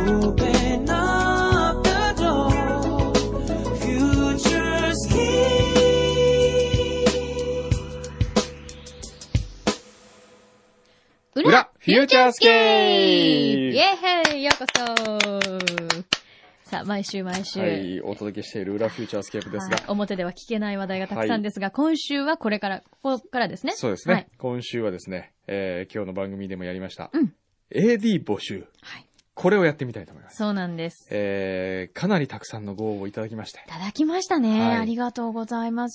Open up the door. Future's key. 裏フューチャースケープイエーイようこそ。さあ、毎週、 はい、お届けしている裏フューチャースケープですが、 はい、表では聞けない話題がたくさんですが、今週はここからですね。 そうですね。 はい、今週はですね、今日の番組でもやりました。 うん。 AD 募集。 はい。 これをやってみたいと思います。 そうなんです。 かなりたくさんのご応募いただきまして。 いただきましたね。 はい、 ありがとうございます。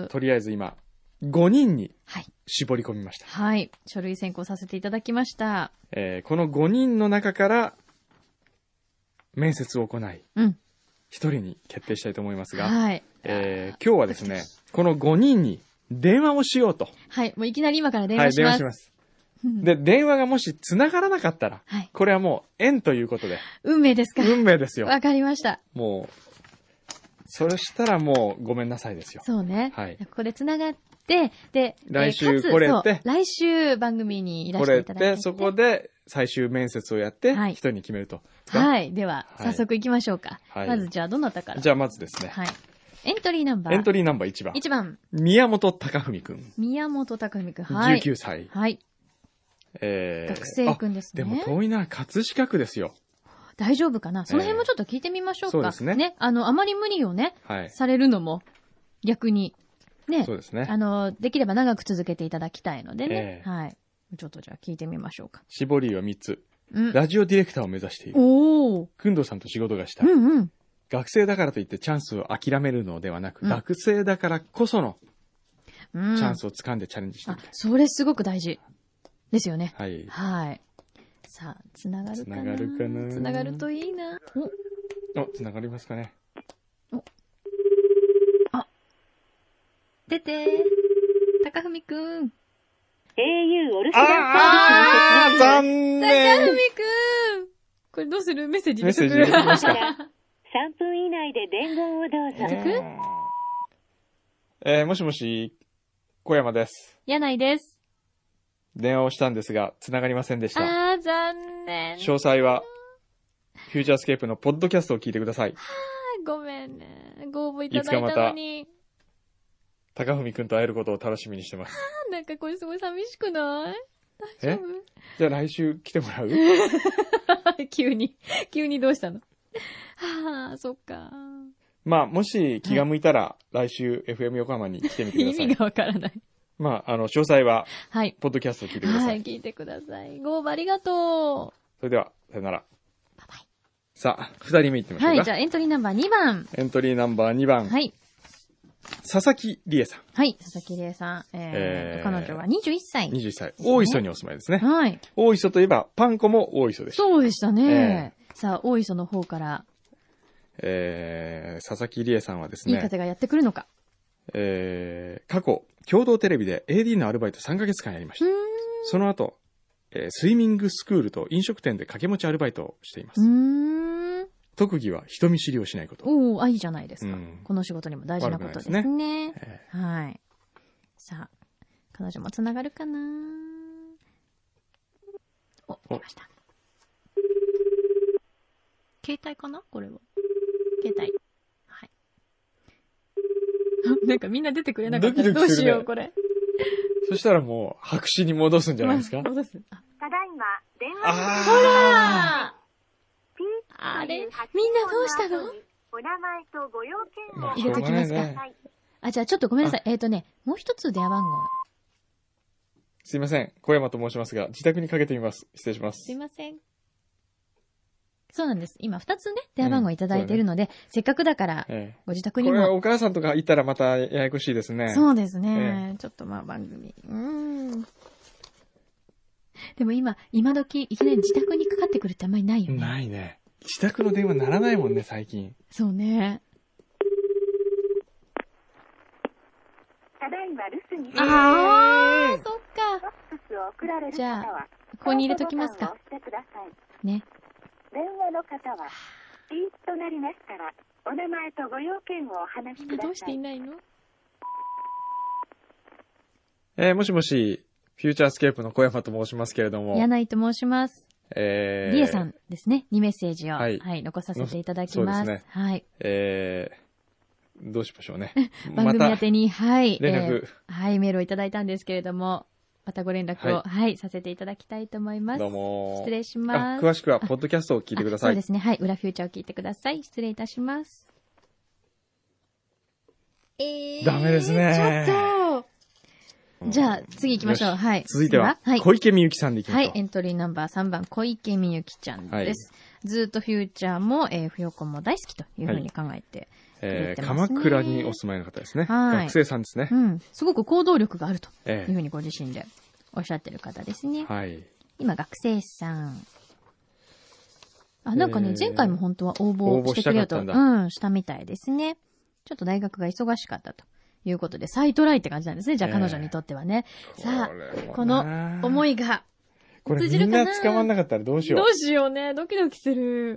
とりあえず今、5人に絞り込みました。 はい。書類選考させていただきました。 この5人の中から面接を行い、 うん。1 人に決定したいと思いますが、 はい。 今日はですね、この5人に電話をしようと。 はい。もういきなり今から電話します。はい、電話します。 で、電話がもし繋がらなかったら、はい、これはもう縁ということで。 運命ですか？ 運命ですよ。 わかりました。 もう、それしたらもうごめんなさいですよ。 そうね。 はい。 ここで繋がって、で、 来週来れて、 来週番組にいらしていただいて。 来れて、そこで最終面接をやって、一人に決めると。 はい。では、早速行きましょうか。はい。まずじゃあ、どなたから？ じゃあ、まずですね。 はい。エントリーナンバー 1番。 1番。 宮本貴文くん。 宮本貴文くん。はい。 19歳。 はい。学生くんですね。 でも遠いな、葛飾区ですよ。 大丈夫かな？その辺もちょっと聞いてみましょうか。 そうですね。 ね。あまり無理をね、されるのも、逆に。ね。 そうですね。 できれば長く続けていただきたいのでね。はい。ちょっとじゃあ聞いてみましょうか。 絞りは3つ。ラジオディレクターを目指している。 おー。 くんどうさんと仕事がしたい。 うんうん。 学生だからといってチャンスを諦めるのではなく、学生だからこそのチャンスを掴んでチャレンジしてみたい。 それすごく大事ですよね。 はい。 はい。さあ、つながるかな？ つながるかな？ つながるといいな。 つながりますかね。 出て高文くん。 au お留守電残念。 高文くん。これどうする？メッセージで送りますか。 3分以内で伝言をどうぞ。 もしもし、小山です。 柳井です。 電話をしたんですが、繋がりませんでした。 残念。 詳細は、フューチャースケープのポッドキャストを聞いてください。 ごめんね。ご応募いただいたのに。 高文くんと会えることを楽しみにしてます。 なんかこれすごい寂しくない？大丈夫？ じゃあ来週来てもらう？ 急にどうしたの？そっか。 まあ、もし気が向いたら、来週 FM 横浜に来てみてください。 意味がわからない。 まあ、詳細は、ポッドキャストを聞いてください。 はい、聞いてください。ご応募ありがとう。 それでは、さよなら。 バイバイ。 さあ、2人目行ってみましょうか。 はい、じゃあエントリーナンバー2番。 エントリーナンバー2番。 はい。 佐々木理恵さん。 はい、佐々木理恵さん。彼女は21歳。 21歳。大磯にお住まいですね。 はい。 大磯といえば、パン粉も大磯でした。 そうでしたね。さあ、大磯の方から。 佐々木理恵さんはですね。 いい風がやってくるのか。 過去、共同テレビで AD のアルバイト3ヶ月間やりました。その後、スイミングスクールと飲食店で掛け持ちアルバイトをしています。特技は人見知りをしないこと。 いいじゃないですか。この仕事にも大事なことですね。はい。さあ、彼女もつながるかな？来ました。携帯かな？これは。携帯。はい。なんかみんな出てくれなかったらどうしよう、これ。 そしたらもう、白紙に戻すんじゃないですか？ 戻す。 ただいま、電話。 ほらあれみんなどうしたの？ お名前とご用件を入れときますか。じゃあちょっとごめんなさい。もう一つ電話番号。 すいません。小山と申しますが、自宅にかけてみます。失礼します。 すいません。そうなんです。今2つね、電話番号いただいているので、せっかくだから、ご自宅にも。 これお母さんとか行ったらまたややこしいですね。 そうですね。ちょっと番組。でも今時、いきなり自宅にかかってくるってあんまりないよね。 ないね。自宅の電話ならないもんね、最近。 そうね。 ただいま留守に。 そっか。じゃあ、ここに入れときますか。ね。 電話の方は、ピーッとなりますから、お名前とご用件をお話しください。 どうしていないの？ もしもし、フューチャースケープの小山と申しますけれども。 柳井と申します。 リエさんですね、にメッセージを、 ははいい、残させていただきます。 そうですねはい。 どうしましょうね。 番組宛てに、はい、 連絡、 はい、メールをいただいたんですけれども、またご連絡を、はい、させていただきたいと思います。 どうも。 失礼します。 詳しくは、ポッドキャストを聞いてください。 そうですね。はい。裏フューチャーを聞いてください。失礼いたします。 ダメですね。 ちょっと。じゃあ、次行きましょう。はい。 続いては、 はい、 小池みゆきさんでいきましょう。 はい。エントリーナンバー3番、小池みゆきちゃんです。はい、ずっとフューチャーも、ふよこも大好きというふうに考えて、 鎌倉にお住まいの方ですね。はい。学生さんですね。 うん。すごく行動力があるというふうにご自身でおっしゃってる方ですね。はい。今、学生さん。あ、なんかね、前回も本当は応募してくれようと、したみたいですね。ちょっと大学が忙しかったということで、再トライって感じなんですね。じゃあ彼女にとってはね。さあ、この思いが通じるかな。 これみんな捕まんなかったらどうしよう。 どうしようね。ドキドキする。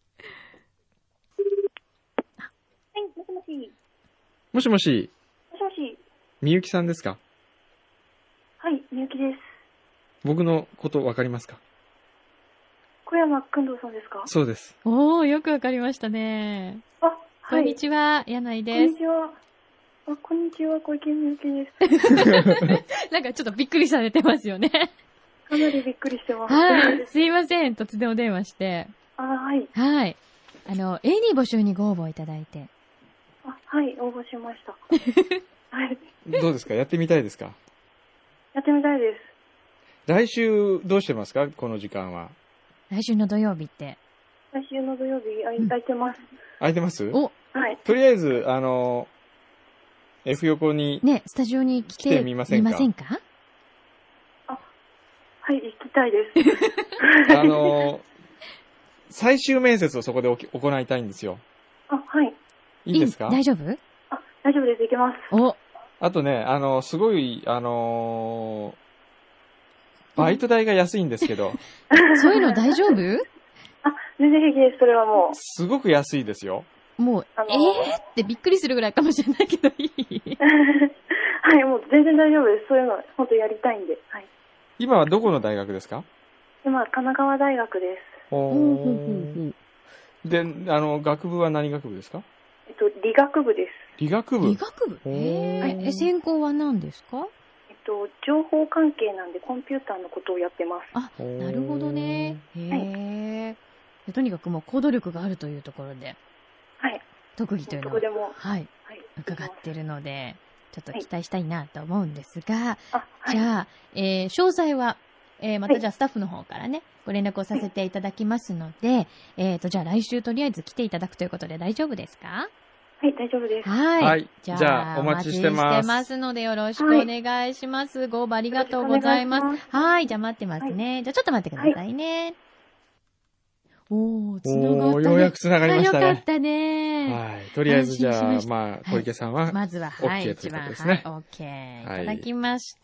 はい、もしもし。 もしもし。 もしもし。 みゆきさんですか？ はい、みゆきです。 僕のことわかりますか？ 小山くんどうさんですか？ そうです。 おー、よくわかりましたね。 あ、はい。 こんにちは、柳井です。 こんにちは。あ、こんにちは、小池みゆきです。 なんかちょっとびっくりされてますよね。 かなりびっくりしてます。 はい。すいません。突然お電話して。 はい。 はい。A2 募集にご応募いただいて。 あ、はい、応募しました。はい。 どうですか？やってみたいですか？ やってみたいです。 来週どうしてますか？この時間は。 来週の土曜日って。 来週の土曜日、空いてます。 空いてます？ お、 はい。 とりあえず、F 横に。 ね、スタジオに来てみませんか？ あ、はい、行きたいです。 最終面接をそこで行いたいんですよ。 あ、はい。 いいですか？ 大丈夫？ あ、大丈夫です。行けます。 お。 あとね、すごい、バイト代が安いんですけど。 そういうの大丈夫？ あ、全然平気です。それはもう。 すごく安いですよ。 もう、ってびっくりするぐらいかもしれないけどいいはい、もう全然大丈夫です。そういうの、本当やりたいんで。はい。 今はどこの大学ですか？ 今、神奈川大学です。 で、学部は何学部ですか？ 理学部です。 理学部？ 理学部？専攻は何ですか？ 情報関係なんでコンピューターのことをやってます。 あ、なるほどね。へえ。とにかくもう行動力があるというところで。 はい。 特技というのは。 はい。伺ってるので、ちょっと期待したいなと思うんですが、じゃあ、詳細は、またじゃあスタッフの方からね、ご連絡をさせていただきますので、じゃあ来週とりあえず来ていただくということで大丈夫ですか？ はい、大丈夫です。 はい。 じゃあ、お待ちしてます。 お待ちしてますので、よろしくお願いします。ご応募ありがとうございます。はい。じゃあ、待ってますね。じゃあ、ちょっと待ってくださいね。おー、繋がったね。 ようやく繋がりましたね。 よかったね。 はい。とりあえず、じゃあ、まあ、小池さんは、 まずは、はい。 OK ということですね。 OK。いただきました。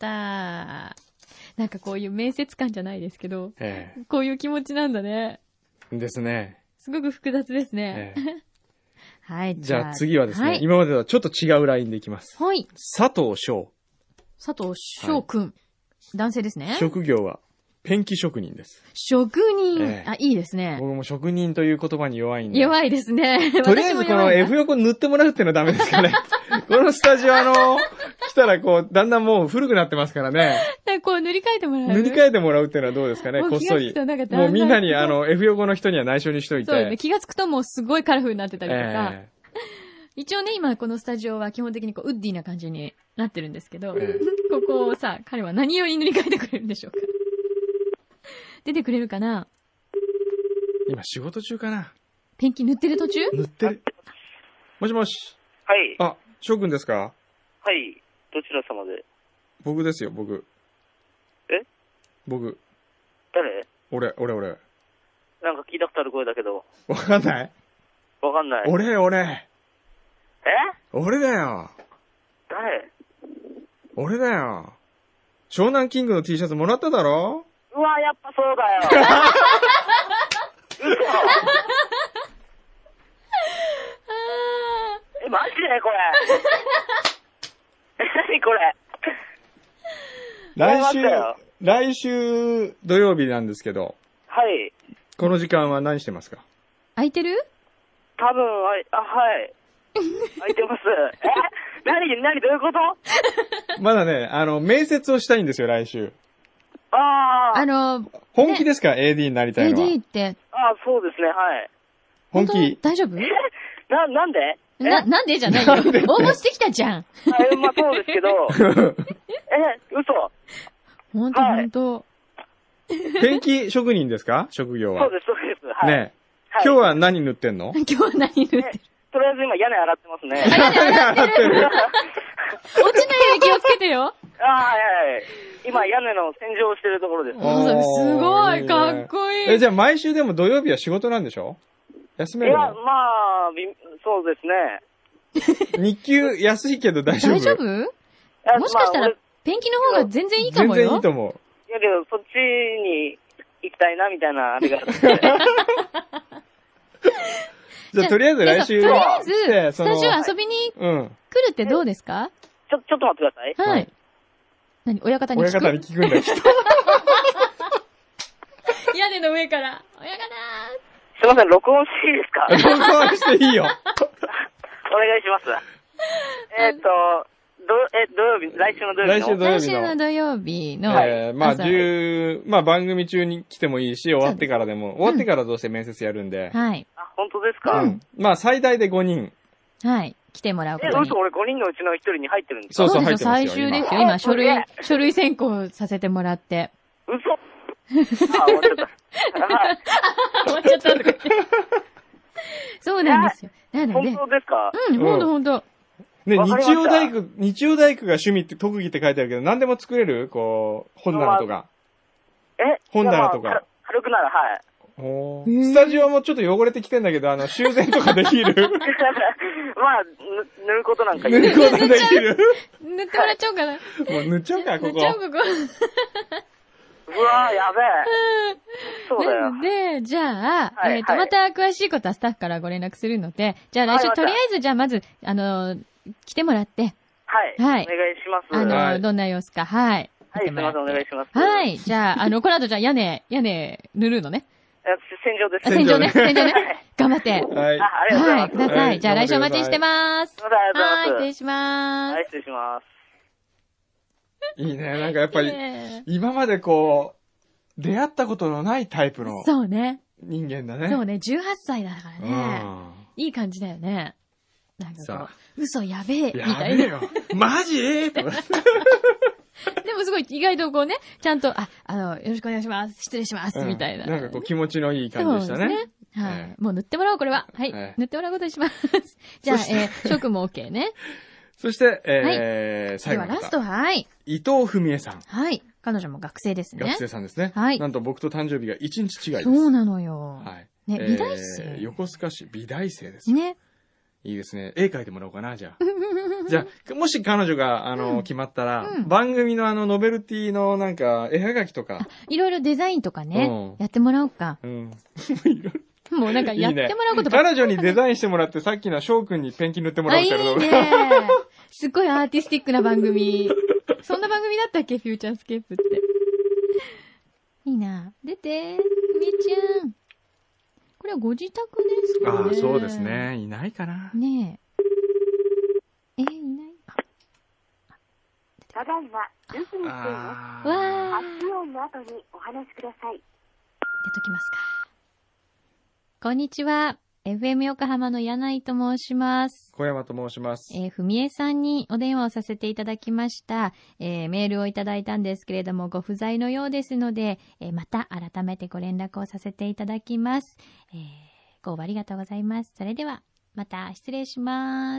なんかこういう面接官じゃないですけど、こういう気持ちなんだね。 ですね。 すごく複雑ですね。はい。 じゃあ次はですね、今までとはちょっと違うラインでいきます。 はい。 佐藤翔。 佐藤翔くん。男性ですね。 職業は、ペンキ職人です。 職人、あ、いいですね。 僕も職人という言葉に弱いんで。 弱いですね。 とりあえずこの F 横塗ってもらうっていうのはダメですかね。このスタジオ来たらこう、だんだんもう古くなってますからね。 こう塗り替えてもらう。 塗り替えてもらうっていうのはどうですかね、こっそり。もうみんなにF 横の人には内緒にしといて。 そうね、気がつくともうすごいカラフルになってたりとか。一応ね、今このスタジオは基本的にこう、ウッディな感じになってるんですけど、ここをさ、彼は何より塗り替えてくれるんでしょうか。出てくれるかな？ 今仕事中かな？ ペンキ塗ってる途中？ 塗ってる。もしもし。 はい。 あ、翔くんですか？ はい。どちら様で？ 僕ですよ、僕。 え？ 僕。 誰？ 俺。 なんか聞いたことある声だけど。 わかんない？ わかんない。 俺。 え？ 俺だよ。 誰？ 俺だよ。湘南キングの T シャツもらっただろ？ うわ、やっぱそうだよ。嘘。マジでこれ。何これ。 来週土曜日なんですけど。 ははい。 この時間は何してますか？ 空いてる？ 多分、はい。空いてます。何どういうこと？ まだね、面接をしたいんですよ、来週。本気ですか、ね、AD になりたいのは。 AD って。 そうですね、はい。 本気。 大丈夫？ なんで？ なんでじゃないよ。応募してきたじゃん。 まあそうですけど。嘘。 ほんと。 ペンキ職人ですか？職業は。 そうです。はい。 ねえ。今日は何塗ってんの？ 今日は何塗ってる？ とりあえず今屋根洗ってますね。 屋根洗ってる。落ちないように気をつけてよ。 はい。今屋根の洗浄をしてるところです。 すごい、かっこいい。 じゃあ毎週でも土曜日は仕事なんでしょ？休めるの？ いや、まあ、そうですね。日給安いけど大丈夫？ 大丈夫？もしかしたら、ペンキの方が全然いいかもよ。 全然いいと思う。 いやけど、そっちに行きたいな、みたいなあれがあって。 じゃあ、とりあえず来週は。 とりあえず、スタジオ遊びに来るってどうですか？ ちょっと待ってください。 はい。何？親方に聞く？ 親方に聞くんだけど。 屋根の上から、親方すいません、録音していいですか？ 録音していいよ。お願いします。土曜日、来週の土曜日の。 来週の土曜日の。 まあ番組中に来てもいいし、終わってからでも、終わってからどうして面接やるんで。 はい。 本当ですか？ まあ最大で5人。 はい。来てもらうことに。 嘘、俺5人のうちの1人に入ってるんですか？そう、入ってますよ。 最終ですよ。今、書類選考させてもらって。 嘘終わっちゃった。 終わっちゃったとか言って。そうなんですよ。 本当ですか？ ほんと。 ね、日曜大工が趣味って特技って書いてあるけど、何でも作れる？こう、本棚とか。本棚とか。 軽くなら、はい。 スタジオもちょっと汚れてきてんだけど、修繕とかできる？ まあ、塗ることなんか塗ることできる？ 塗ってもらっちゃおうかな。 もう塗っちゃうか、ここ。 塗っちゃおう、ここ。 うわぁ、やべえ。そうだよ。 で、じゃあ、また詳しいことはスタッフからご連絡するので、じゃあ来週、とりあえず、じゃあまず、来てもらって。 はい。お願いします。 どんな様子か、はい。 はい、すみません、お願いします。 はい。じゃあ、この後じゃあ屋根塗るのね。 洗浄です。 洗浄ね。頑張って。 はい。 ありがとうございます。 ください。じゃあ来週お待ちしてます。 はい、 失礼します。 はい、失礼します。 いいね。なんかやっぱり、今までこう、出会ったことのないタイプの。 そうね。 人間だね。 そうね。18歳だからね。いい感じだよね。なんかこう、嘘やべえ、みたいな。 やべえよ。マジとか。 でもすごい意外とこうね、ちゃんと、よろしくお願いします。失礼します。みたいな。 なんかこう気持ちのいい感じでしたね。そうですね。はい。もう塗ってもらおう、これは。はい。塗ってもらうことにします。じゃあ、職も OK ね。 そして、最後ではラスト、はい。 伊藤文江さん。 はい。彼女も学生ですね。 学生さんですね。 はい。 なんと僕と誕生日が1日違いです。 そうなのよ。 はい。 ね、美大生。 横須賀市美大生ですよ。 ね。 いいですね。絵描いてもらおうかな、じゃあ。じゃあ、もし彼女が、決まったら、番組のノベルティのなんか、絵はがきとか。 いろいろデザインとかね、やってもらおうか。もうなんかやってもらうこと彼女にデザインしてもらって、さっきの翔くんにペンキ塗ってもらうからいいね。すごいアーティスティックな番組。そんな番組だったっけ、フューチャースケープって。いいな。出て、みーちゃん。これはご自宅ですかね。 そうですね。いないかな。 ねえ。いないただいま、留守にしています。発音の後にお話しください。 出ときますか。こんにちは。FM 横浜の柳井と申します。 小山と申します。 ふみえさんにお電話をさせていただきました。メールをいただいたんですけれども、ご不在のようですので、また改めてご連絡をさせていただきます。ご応募ありがとうございます。それでは、また失礼します。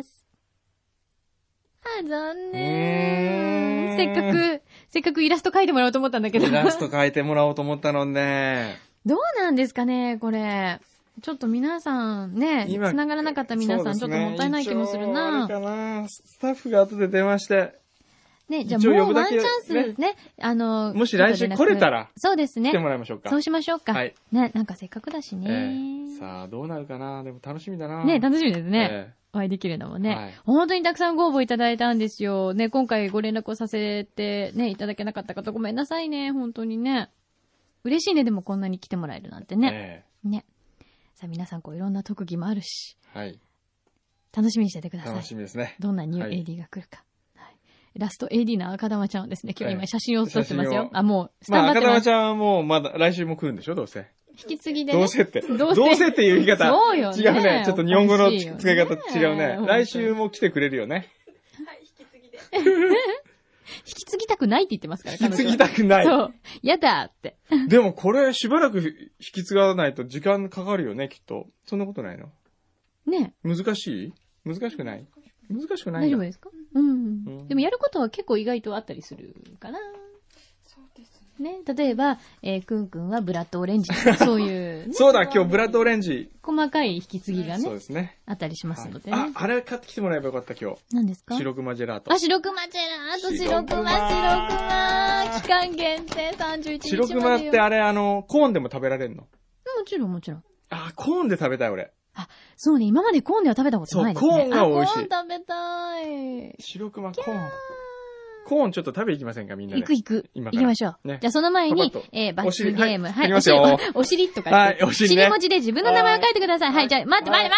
残念。せっかくイラスト描いてもらおうと思ったんだけど。 イラスト描いてもらおうと思ったのね。 どうなんですかね、これ。ちょっと皆さんね、繋がらなかった皆さん、ちょっともったいない気もするな。 あれかな、スタッフが後で電話して。 ね、じゃあもうワンチャンスね、 もし来週来れたら、 そうですね。 来てもらいましょうか。 そうしましょうか。 はい。 ね、なんかせっかくだしね。 さあ、どうなるかな。でも楽しみだな。 ね、楽しみですね。お会いできるのもね。本当にたくさんご応募いただいたんですよ。ね、今回ご連絡をさせてね、いただけなかった方ごめんなさいね、本当にね。 嬉しいね、でもこんなに来てもらえるなんてね。ね。さあ皆さんいろんな特技もあるし。はい。楽しみにしててください。 楽しみですね。 どんなニュー AD が来るか。はい。ラスト AD の赤玉ちゃんはですね、今日今写真を撮ってますよ。あ、もう、スタンバってます。 赤玉ちゃんはもうまだ来週も来るんでしょ、どうせ。 引き継ぎでね。 どうせって。どうせっていう言い方。 そうよね。 違うね。ちょっと日本語の使い方違うね。来週も来てくれるよね。 はい、引き継ぎで。 引き継ぎたくないって言ってますから、 引き継ぎたくない。 そう。やだって。 でもこれしばらく引き継がないと時間かかるよね、きっと。そんなことないの？ね。難しくない？難しくない？ 大丈夫ですか？うん。でもやることは結構意外とあったりするかな。そうですね。ね。例えば、くんくんはブラッドオレンジとかそういう、ね。 そうだ、今日ブラッドオレンジ。 細かい引き継ぎがね。 そうですね。 あったりしますのでね。 あれ買ってきてもらえばよかった、今日。 何ですか？ 白熊ジェラート。 あ、白熊ジェラート、白熊。期間限定31日までよ。 白熊ってあれ、コーンでも食べられるの？もちろん。 あ、コーンで食べたい、俺。 あ、そうね、今までコーンでは食べたことないですね。 そう、コーンが美味しい。 コーン食べたい。 白熊コーン。コーンちょっと食べ行きませんか、みんなで。 行く。行きましょう。ね、じゃあその前に、罰ゲーム。はい。お尻とか。 はい、お尻ね。 尻文字で自分の名前を書いてください。はい、じゃあ、待って。て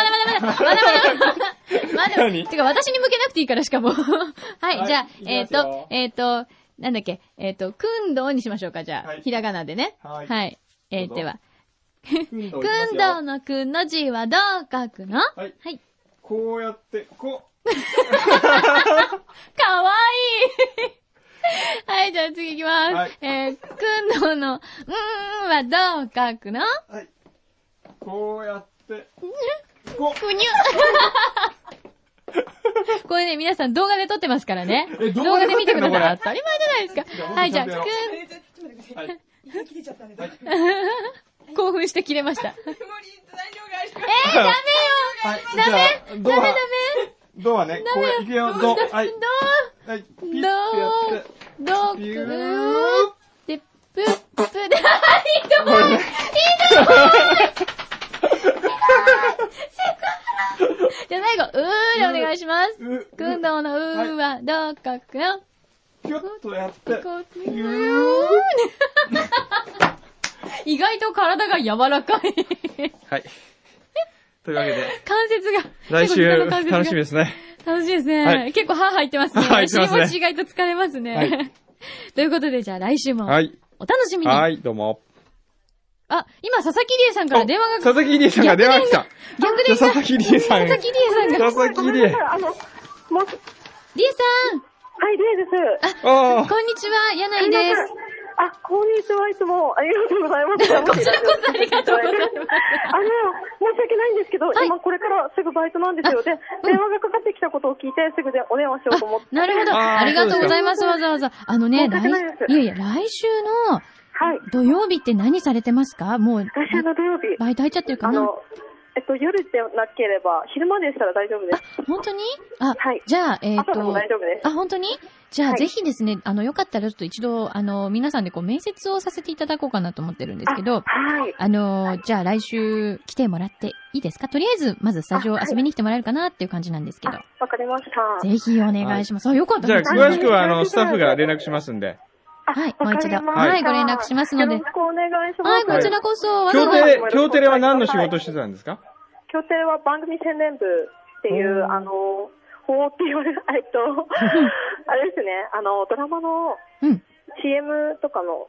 か、私に向けなくていいから、しかも。はい、じゃあ、なんだっけ、くんどうにしましょうか、じゃあ。ひらがなでね。はい。では。くんどうのくんの字はどう書くの？はい。 こうやって、かわいいはい、じゃあ次行きます。くんどうの、はどう書くの？はい。 こうやって、 ふにゅこれね、皆さん動画で撮ってますからね。動画で見てください。当たり前じゃないですか。はい、じゃあ、興奮して切れました。ダメよ。ダメ。 ドはね、こういくよ、ド。はい。はい。ピッてやって。 ドピューで、プップで、ひどい。じゃあ最後、でお願いします。くんどうのはどう書くの？ ピュッとやって。 意外と体が柔らかい。 はい。というわけで。 関節が。 来週、楽しみですね。 楽しいですね。はい、結構歯入ってますね。尻もち意外と疲れますね。はい、ということで、じゃあ来週も。はい。お楽しみに。 はい、どうも。 あ、今、佐々木理恵さんから電話が。 佐々木理恵さんが電話が来た。 逆で佐々木理恵さん。 佐々木理恵さんが。 佐々木理恵。 理恵さん。はい、理恵です。 こんにちは、柳井です。 あ、こんにちは、いつもありがとうございます。 こちらこそありがとうございます。 申し訳ないんですけど、今これからすぐバイトなんですよ。で、電話がかかってきたことを聞いて、すぐでお電話しようと思って。 なるほど。ありがとうございます、わざわざ。来週の、土曜日って何されてますか？もう、 来週の土曜日。 バイト入っちゃってるかな？ 夜でなければ、昼間でしたら大丈夫です。 本当に？はい。じゃあ、 朝でも大丈夫です。 本当に？じゃあ、ぜひですね、よかったらちょっと一度、皆さんで面接をさせていただこうかなと思ってるんですけど、はい。じゃあ来週来てもらっていいですか？とりあえず、まずスタジオ遊びに来てもらえるかなっていう感じなんですけど。 わかりました。 ぜひお願いします。よかったです。じゃあ、詳しくは、スタッフが連絡しますんで。 はい、もう一度。はい、ご連絡しますので。 よろしくお願いします。 はい、こちらこそ。 京テレは何の仕事してたんですか？ 京テレは番組宣伝部っていう、法って言われる、あれですね、ドラマの CM とかの、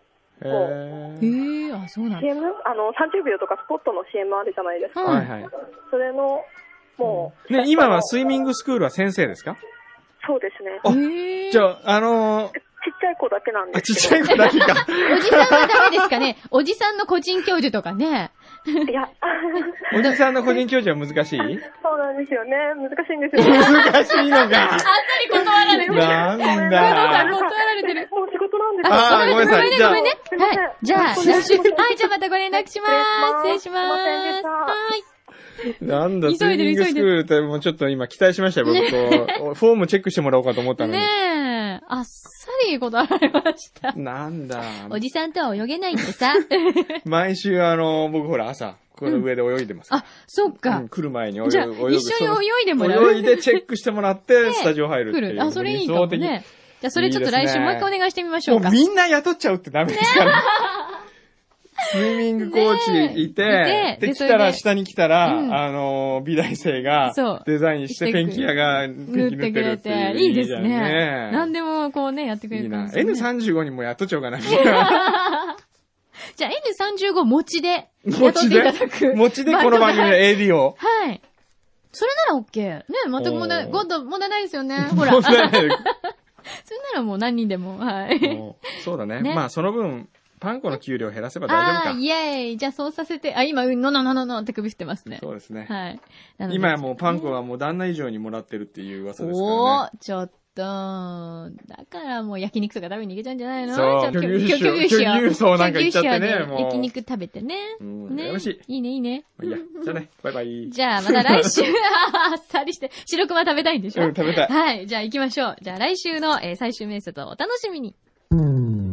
そうなんだ。 CM？ 30秒とかスポットの CM あるじゃないですか。はいはい。それの、もう。 ね、今はスイミングスクールは先生ですか？ そうですね。じゃあ、 ちっちゃい子だけなんですけど。ちっちゃい子だけか。 おじさんはダメですかね？おじさんの個人教授とかね。 いや。 おじさんの個人教授は難しい？ そうなんですよね。難しいんですよね。 難しいのか。 あっさり断られてる。 なんだ。 断られてる。 もう仕事なんですよ。 ごめんなさい。ごめんね。はい。じゃあ、来週。はい、じゃあまたご連絡します。失礼します。はい。 なんだ、スイミングスクールってもうちょっと今期待しましたよ、僕。フォームチェックしてもらおうかと思ったのに。 ねえ。あっさり断られました。 なんだ。 おじさんとは泳げないってさ。 毎週僕ほら朝、この上で泳いでます。 そっか。 来る前に泳ぐ。 じゃあ、一緒に泳いでもらう。 泳いでチェックしてもらって、スタジオ入るっていう。 それいいかもね。じゃあ、それちょっと来週もう一回お願いしてみましょうか。 もうみんな雇っちゃうってダメですから。 スイミングコーチいて、で、下に来たら、美大生がデザインしてペンキ屋がペンキ塗ってるっていう。 いいですね。何でもこうね、やってくれる感じ。 いいな。N35 にもやっとちゃおうかな。じゃあ N35 持ちで雇っていただく。 持ちでこの番組の AD を。 はい。それなら OK。ね、全く問題ないですよね。ほら。 問題ない。それならもう何人でも。はい。 そうだね。まあその分、パン粉の給料減らせば大丈夫か。 イェーイ。じゃあそうさせて、今、のって首振ってますね。 そうですね。 はい。 今はもうパン粉はもう旦那以上にもらってるっていう噂ですからね。 ちょっと、だからもう焼肉とか食べに行けちゃうんじゃないの？ そう、居留層なんか行っちゃってね、もう。 焼肉食べてね。 ね。よしい。 いいね。 いいや。じゃあね、バイバイ。 じゃあまた来週、あっさりして、白熊食べたいんでしょ？ 食べたい。 はい。じゃあ行きましょう。じゃあ来週の最終面接をお楽しみに。